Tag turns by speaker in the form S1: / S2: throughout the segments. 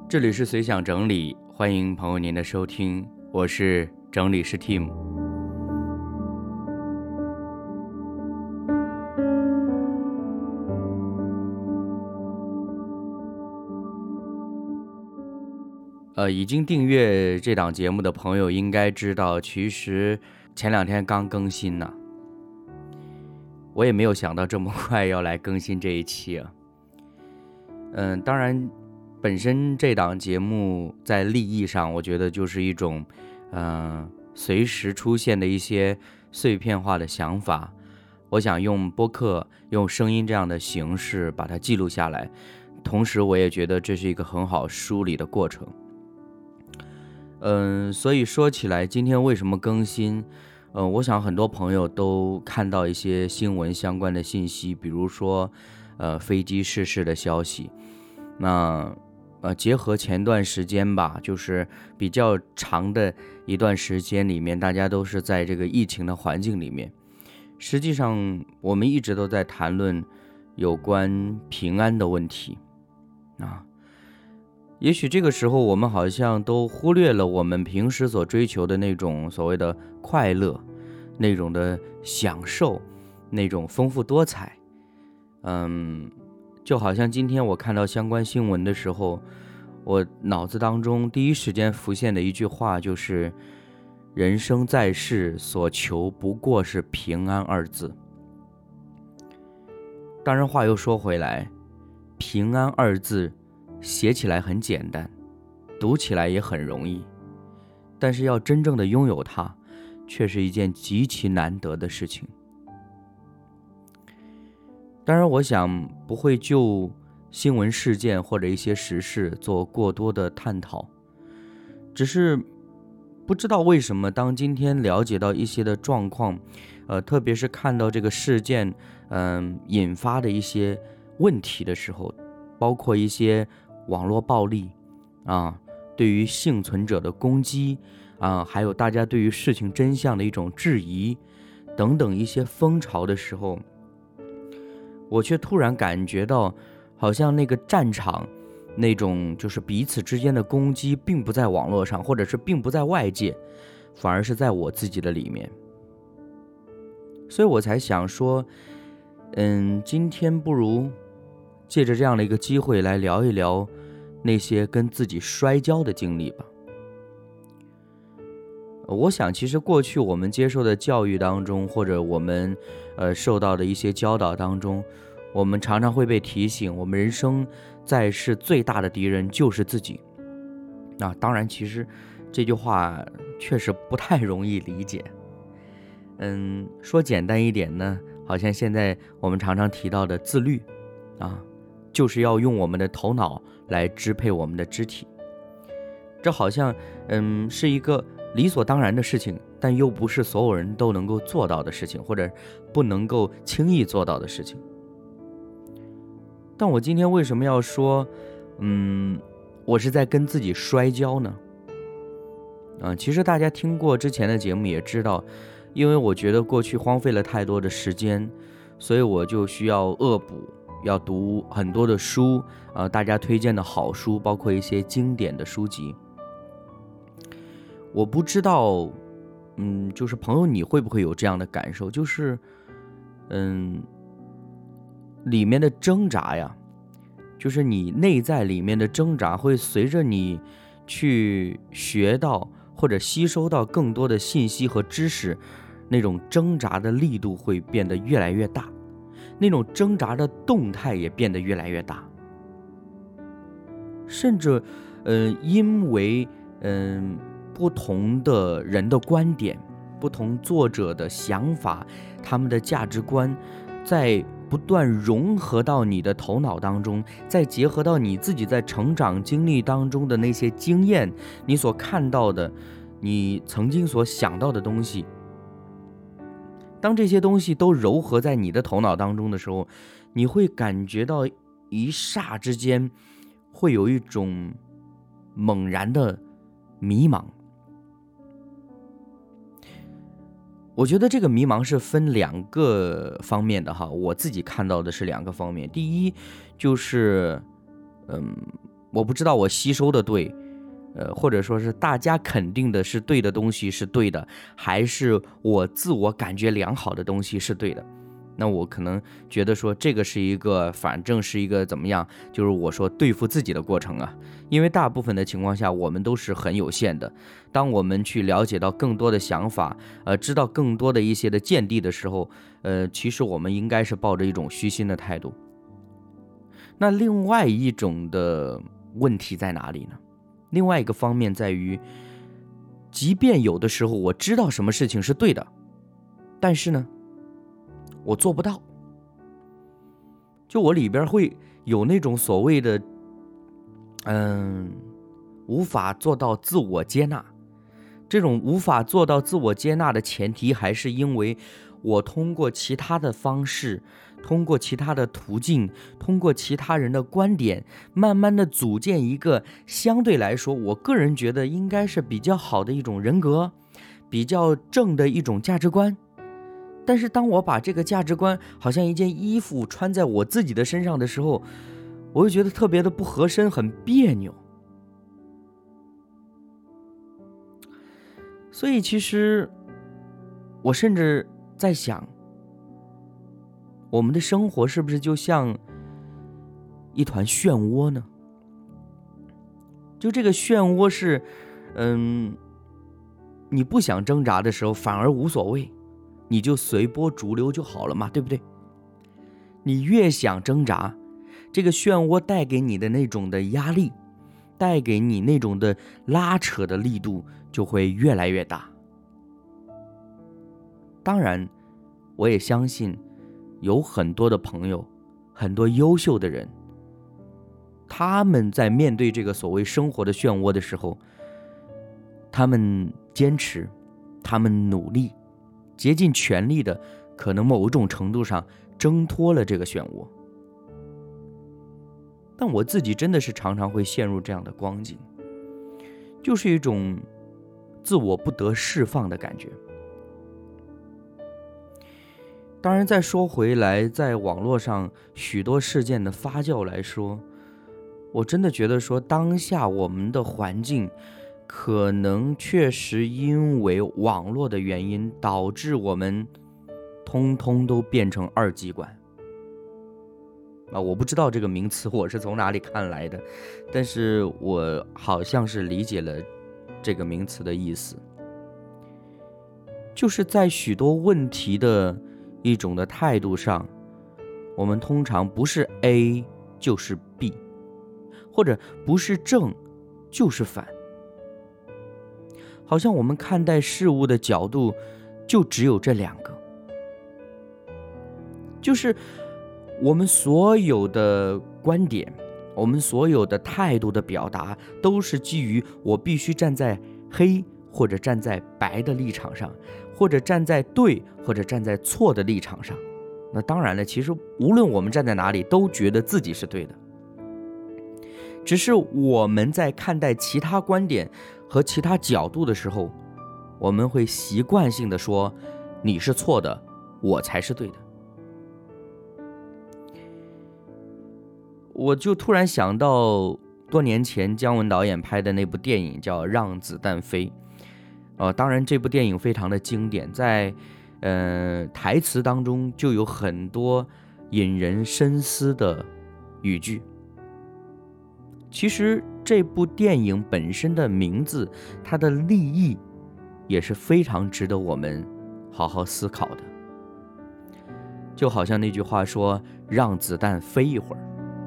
S1: 这里是随想整理，欢迎朋友您的收听，我是整理师 Tim。已经订阅这档节目的朋友应该知道，其实前2天刚更新呢，我也没有想到这么快要来更新这一期啊。当然，本身这档节目在立意上，我觉得就是一种，随时出现的一些碎片化的想法，我想用播客、用声音这样的形式把它记录下来，同时我也觉得这是一个很好梳理的过程。所以说起来，今天为什么更新？我想很多朋友都看到一些新闻相关的信息，比如说，飞机失事的消息。那结合前段时间吧，就是比较长的一段时间里面，大家都是在这个疫情的环境里面。实际上，我们一直都在谈论有关平安的问题啊。也许这个时候我们好像都忽略了我们平时所追求的那种所谓的快乐，那种的享受，那种丰富多彩。就好像今天我看到相关新闻的时候，我脑子当中第一时间浮现的一句话就是人生在世所求不过是平安2字。当然话又说回来，平安2字写起来很简单，读起来也很容易，但是要真正的拥有它，却是一件极其难得的事情。当然我想不会就新闻事件或者一些时事做过多的探讨，只是不知道为什么当今天了解到一些的状况，特别是看到这个事件引发的一些问题的时候，包括一些网络暴力对于幸存者的攻击还有大家对于事情真相的一种质疑等等一些风潮的时候，我却突然感觉到好像那个战场那种就是彼此之间的攻击并不在网络上，或者是并不在外界，反而是在我自己的里面。所以我才想说今天不如借着这样的一个机会来聊一聊那些跟自己摔跤的经历吧。我想其实过去我们接受的教育当中，或者我们受到的一些教导当中，我们常常会被提醒，我们人生在世最大的敌人就是自己。当然其实这句话确实不太容易理解。说简单一点呢，好像现在我们常常提到的自律就是要用我们的头脑来支配我们的肢体。这好像是一个理所当然的事情，但又不是所有人都能够做到的事情，或者不能够轻易做到的事情。但我今天为什么要说我是在跟自己摔跤呢？其实大家听过之前的节目也知道，因为我觉得过去荒废了太多的时间，所以我就需要恶补，要读很多的书大家推荐的好书，包括一些经典的书籍。我不知道就是朋友你会不会有这样的感受，就是里面的挣扎呀，就是你内在里面的挣扎会随着你去学到或者吸收到更多的信息和知识，那种挣扎的力度会变得越来越大，那种挣扎的动态也变得越来越大，甚至因为不同的人的观点，不同作者的想法，他们的价值观在不断融合到你的头脑当中，再结合到你自己在成长经历当中的那些经验，你所看到的，你曾经所想到的东西，当这些东西都糅合在你的头脑当中的时候，你会感觉到一霎之间会有一种猛然的迷茫。我觉得这个迷茫是分2个方面的哈，我自己看到的是2个方面。第一就是我不知道我吸收的对，或者说是大家肯定的是对的东西是对的，还是我自我感觉良好的东西是对的。那我可能觉得说这个是一个，反正是一个怎么样，就是我说对付自己的过程啊。因为大部分的情况下我们都是很有限的，当我们去了解到更多的想法，知道更多的一些的见地的时候，其实我们应该是抱着一种虚心的态度。那另外一种的问题在哪里呢？另外一个方面在于，即便有的时候我知道什么事情是对的，但是呢，我做不到。就我里边会有那种所谓的无法做到自我接纳。这种无法做到自我接纳的前提，还是因为我通过其他的方式，通过其他的途径，通过其他人的观点，慢慢的组建一个相对来说我个人觉得应该是比较好的一种人格，比较正的一种价值观。但是当我把这个价值观好像一件衣服穿在我自己的身上的时候，我会觉得特别的不合身，很别扭。所以其实我甚至在想，我们的生活是不是就像一团漩涡呢？就这个漩涡是你不想挣扎的时候反而无所谓，你就随波逐流就好了嘛，对不对？你越想挣扎，这个漩涡带给你的那种的压力，带给你那种的拉扯的力度就会越来越大。当然我也相信有很多的朋友，很多优秀的人，他们在面对这个所谓生活的漩涡的时候，他们坚持，他们努力，竭尽全力的可能某种程度上挣脱了这个漩涡。但我自己真的是常常会陷入这样的光景，就是一种自我不得释放的感觉。当然再说回来，在网络上许多事件的发酵来说，我真的觉得说当下我们的环境可能确实因为网络的原因，导致我们通通都变成二极管。我不知道这个名词我是从哪里看来的，但是我好像是理解了这个名词的意思，就是在许多问题的一种的态度上，我们通常不是 A 就是 B， 或者不是正就是反，好像我们看待事物的角度就只有这两个，就是我们所有的观点，我们所有的态度的表达，都是基于我必须站在黑或者站在白的立场上，或者站在对或者站在错的立场上。那当然了，其实无论我们站在哪里，都觉得自己是对的。只是我们在看待其他观点和其他角度的时候，我们会习惯性的说，你是错的，我才是对的。我就突然想到多年前姜文导演拍的那部电影叫《让子弹飞》。当然这部电影非常的经典，在台词当中就有很多引人深思的语句。其实这部电影本身的名字，它的立意也是非常值得我们好好思考的。就好像那句话说，让子弹飞一会儿。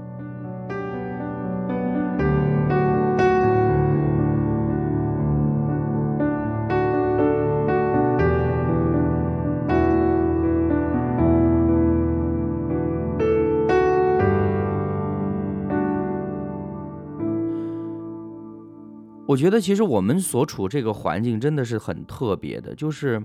S1: 我觉得其实我们所处这个环境真的是很特别的，就是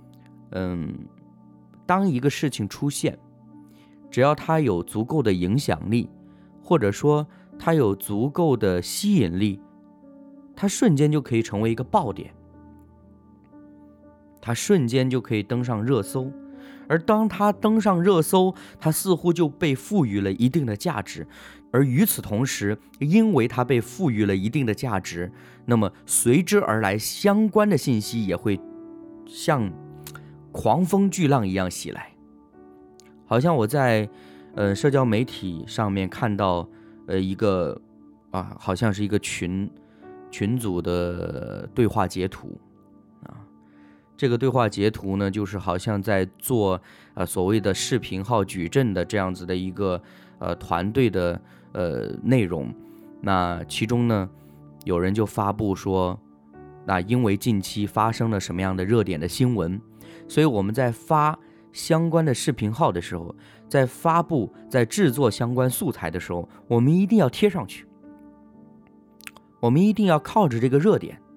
S1: 当一个事情出现，只要它有足够的影响力，或者说它有足够的吸引力，它瞬间就可以成为一个爆点，它瞬间就可以登上热搜， 而当它登上热搜，它似乎就被赋予了一定的价值。而与此同时，因为它被赋予了一定的价值，那么随之而来相关的信息也会像狂风巨浪一样袭来。好像我在社交媒体上面看到一个好像是一个群组的对话截图啊。这个对话截图呢，就是好像在做所谓的视频号矩阵的这样子的一个团队的内容。那其中呢，有人就发布说，那因为近期发生了什么样的热点的新闻，所以我们在发相关的视频号的时候，在发布在制作相关素材的时候，我们一定要贴上去，我们一定要靠着这个热点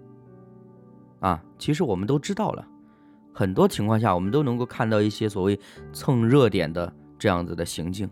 S1: 其实我们都知道了，很多情况下我们都能够看到一些所谓蹭热点的这样子的行径。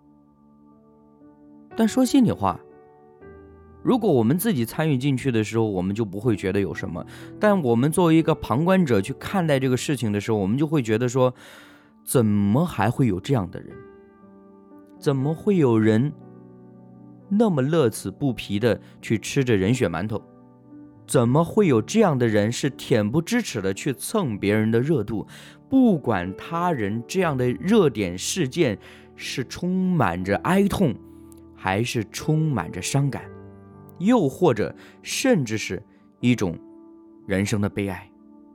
S1: 但说心里话，如果我们自己参与进去的时候，我们就不会觉得有什么，但我们作为一个旁观者去看待这个事情的时候，我们就会觉得说，怎么还会有这样的人？怎么会有人那么乐此不疲的去吃着人血馒头？怎么会有这样的人是恬不知耻的去蹭别人的热度？不管他人这样的热点事件是充满着哀痛，还是充满着伤感，又或者甚至是一种人生的悲哀。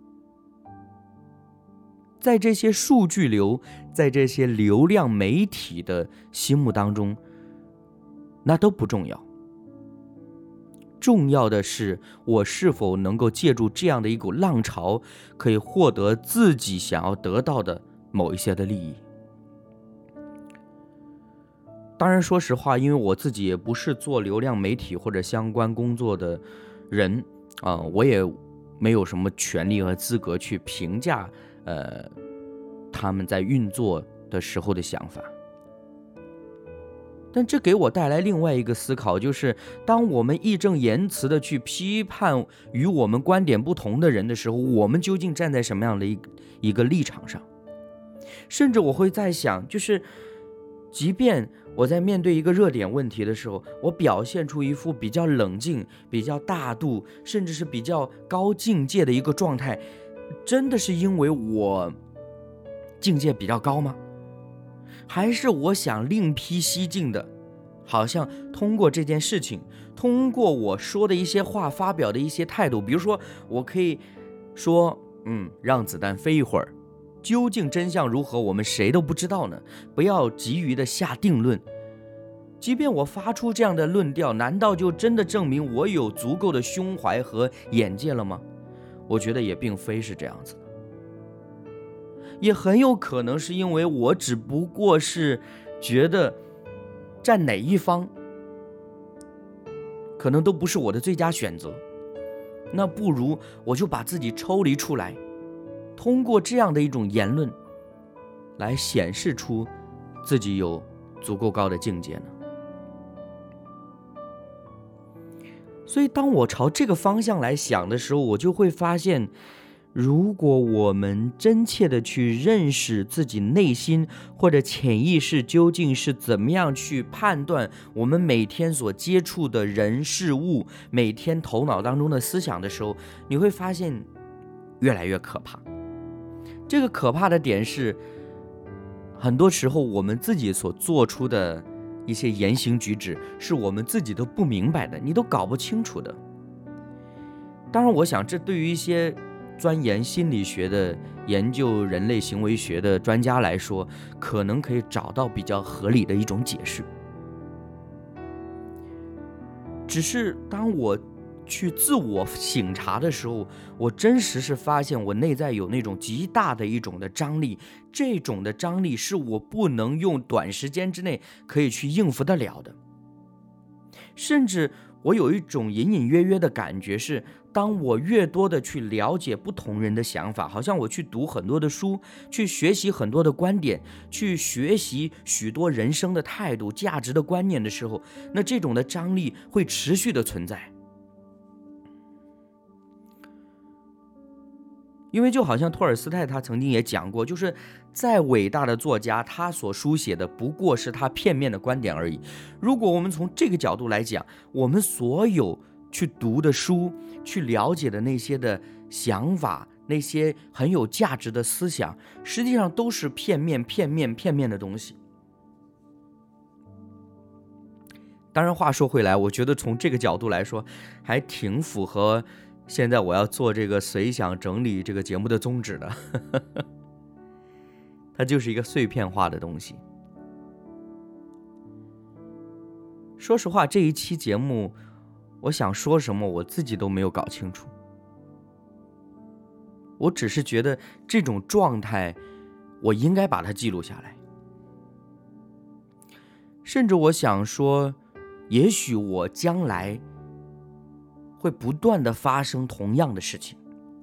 S1: 在这些数据流，在这些流量媒体的心目当中，那都不重要。重要的是，我是否能够借助这样的一股浪潮，可以获得自己想要得到的某一些的利益。当然说实话，因为我自己也不是做流量媒体或者相关工作的人我也没有什么权利和资格去评价他们在运作的时候的想法。但这给我带来另外一个思考，就是当我们义正言辞的去批判与我们观点不同的人的时候，我们究竟站在什么样的一个立场上？甚至我会在想，就是即便我在面对一个热点问题的时候，我表现出一副比较冷静、比较大度，甚至是比较高境界的一个状态，真的是因为我境界比较高吗？还是我想另辟蹊径的，好像通过这件事情，通过我说的一些话，发表的一些态度，比如说我可以说让子弹飞一会儿，究竟真相如何，我们谁都不知道呢，不要急于的下定论。即便我发出这样的论调，难道就真的证明我有足够的胸怀和眼界了吗？我觉得也并非是这样子的，也很有可能是因为我只不过是觉得站哪一方可能都不是我的最佳选择，那不如我就把自己抽离出来，通过这样的一种言论来显示出自己有足够高的境界呢。所以当我朝这个方向来想的时候，我就会发现，如果我们真切的去认识自己内心或者潜意识究竟是怎么样去判断我们每天所接触的人事物，每天头脑当中的思想的时候，你会发现越来越可怕。这个可怕的点是，很多时候我们自己所做出的一些言行举止，是我们自己都不明白的，你都搞不清楚的。当然我想这对于一些钻研心理学的、研究人类行为学的专家来说，可能可以找到比较合理的一种解释。只是当我去自我省察的时候，我真实是发现我内在有那种极大的一种的张力，这种的张力是我不能用短时间之内可以去应付得了的。甚至我有一种隐隐约约的感觉是，当我越多的去了解不同人的想法，好像我去读很多的书，去学习很多的观点，去学习许多人生的态度、价值的观念的时候，那这种的张力会持续的存在。 因为就好像托尔斯泰他曾经也讲过，就是再伟大的作家，他所书写的不过是他片面的观点而已。如果我们从这个角度来讲，我们所有去读的书，去了解的那些的想法，那些很有价值的思想，实际上都是片面的东西。当然话说回来，我觉得从这个角度来说，还挺符合现在我要做这个随想整理这个节目的宗旨的。它就是一个碎片化的东西。说实话，这一期节目我想说什么我自己都没有搞清楚，我只是觉得这种状态我应该把它记录下来，甚至我想说，也许我将来会不断的发生同样的事情，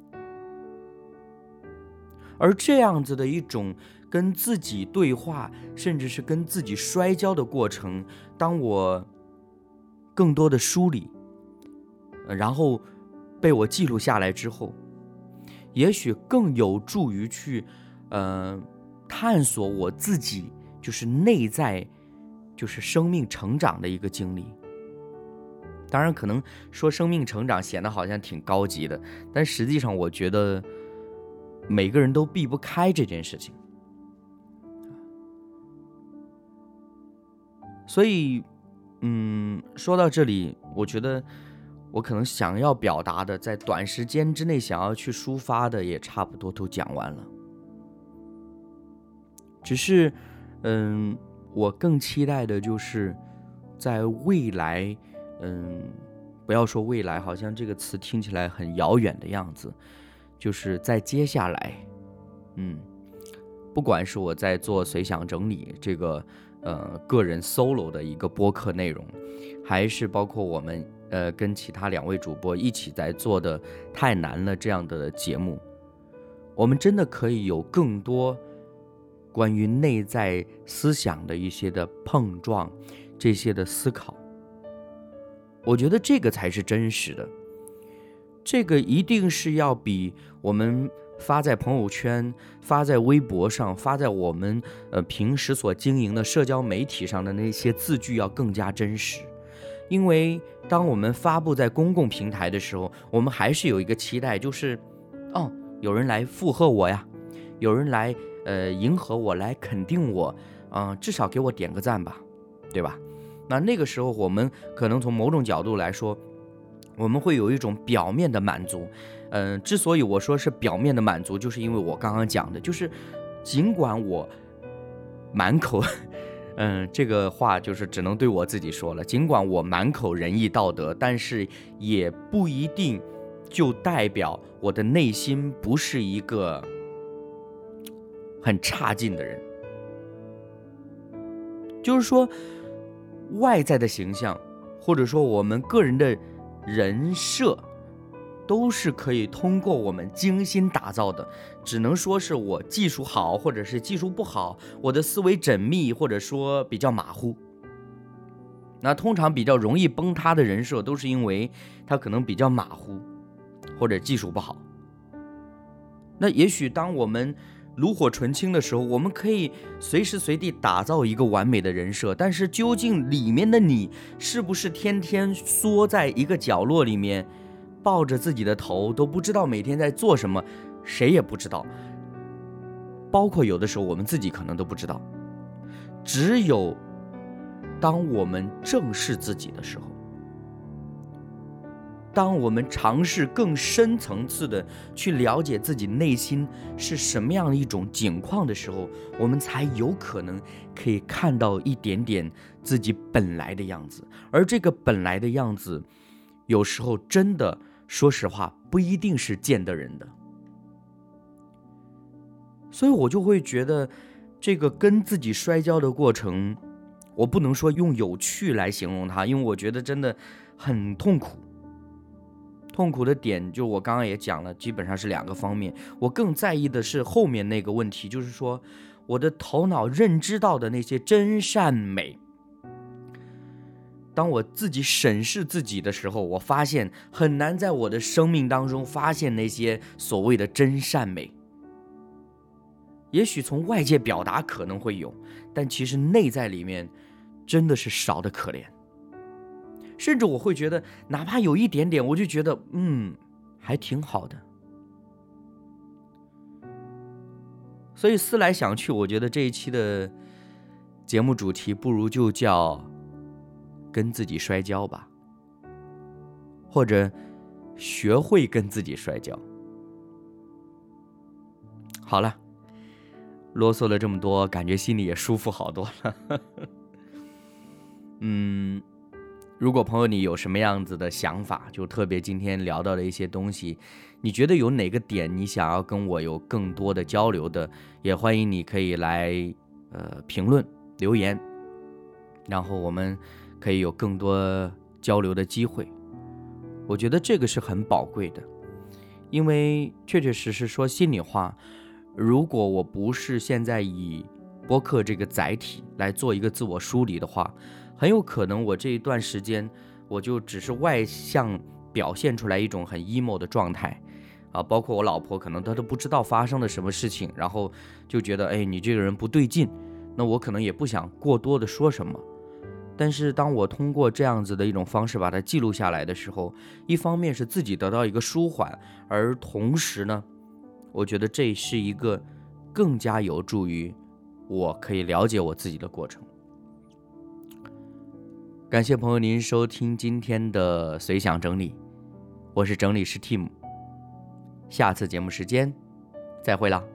S1: 而这样子的一种跟自己对话，甚至是跟自己摔跤的过程，当我更多的梳理，然后被我记录下来之后，也许更有助于去探索我自己就是内在就是生命成长的一个经历。当然可能说生命成长显得好像挺高级的，但实际上我觉得每个人都避不开这件事情。所以说到这里，我觉得我可能想要表达的，在短时间之内想要去抒发的也差不多都讲完了。只是我更期待的就是在未来，不要说未来，好像这个词听起来很遥远的样子，就是在接下来，不管是我在做随想整理这个个人 solo 的一个播客内容，还是包括我们跟其他2位主播一起在做的太难了这样的节目，我们真的可以有更多关于内在思想的一些的碰撞，这些的思考，我觉得这个才是真实的。这个一定是要比我们发在朋友圈、发在微博上、发在我们平时所经营的社交媒体上的那些字句要更加真实。因为当我们发布在公共平台的时候，我们还是有一个期待，就是有人来附和我呀，有人来迎合我，来肯定我，至少给我点个赞吧，对吧？那个时候我们可能从某种角度来说，我们会有一种表面的满足。之所以我说是表面的满足，就是因为我刚刚讲的，就是尽管我满口这个话就是只能对我自己说了，尽管我满口仁义道德，但是也不一定就代表我的内心不是一个很差劲的人。就是说外在的形象，或者说我们个人的人设，都是可以通过我们精心打造的。只能说是我技术好，或者是技术不好，我的思维缜密，或者说比较马虎。那通常比较容易崩塌的人设，都是因为他可能比较马虎，或者技术不好。那也许当我们炉火纯青的时候，我们可以随时随地打造一个完美的人设，但是究竟里面的你是不是天天缩在一个角落里面，抱着自己的头，都不知道每天在做什么，谁也不知道。包括有的时候我们自己可能都不知道。只有当我们正视自己的时候，当我们尝试更深层次的去了解自己内心是什么样的一种境况的时候，我们才有可能可以看到一点点自己本来的样子。而这个本来的样子，有时候真的说实话不一定是见得人的。所以我就会觉得这个跟自己摔跤的过程，我不能说用有趣来形容它，因为我觉得真的很痛苦。痛苦的点就我刚刚也讲了，基本上是2个方面。我更在意的是后面那个问题，就是说我的头脑认知到的那些真善美， 当我自己审视自己的时候，我发现很难在我的生命当中发现那些所谓的真善美。也许从外界表达可能会有，但其实内在里面真的是少得可怜。甚至我会觉得，哪怕有一点点，我就觉得还挺好的。所以思来想去，我觉得这一期的节目主题不如就叫跟自己摔跤吧，或者学会跟自己摔跤。好了，啰嗦了这么多，感觉心里也舒服好多了。如果朋友你有什么样子的想法，就特别今天聊到的一些东西，你觉得有哪个点你想要跟我有更多的交流的，也欢迎你可以来评论留言，然后我们可以有更多交流的机会。我觉得这个是很宝贵的，因为确确实实说心里话，如果我不是现在以播客这个载体来做一个自我梳理的话，很有可能我这一段时间我就只是外向表现出来一种很 emo 的状态啊，包括我老婆可能她都不知道发生了什么事情，然后就觉得你这个人不对劲，那我可能也不想过多的说什么。但是当我通过这样子的一种方式把它记录下来的时候，一方面是自己得到一个舒缓，而同时呢，我觉得这是一个更加有助于我可以了解我自己的过程。感谢朋友您收听今天的随想整理，我是整理师 Tim， 下次节目时间再会了。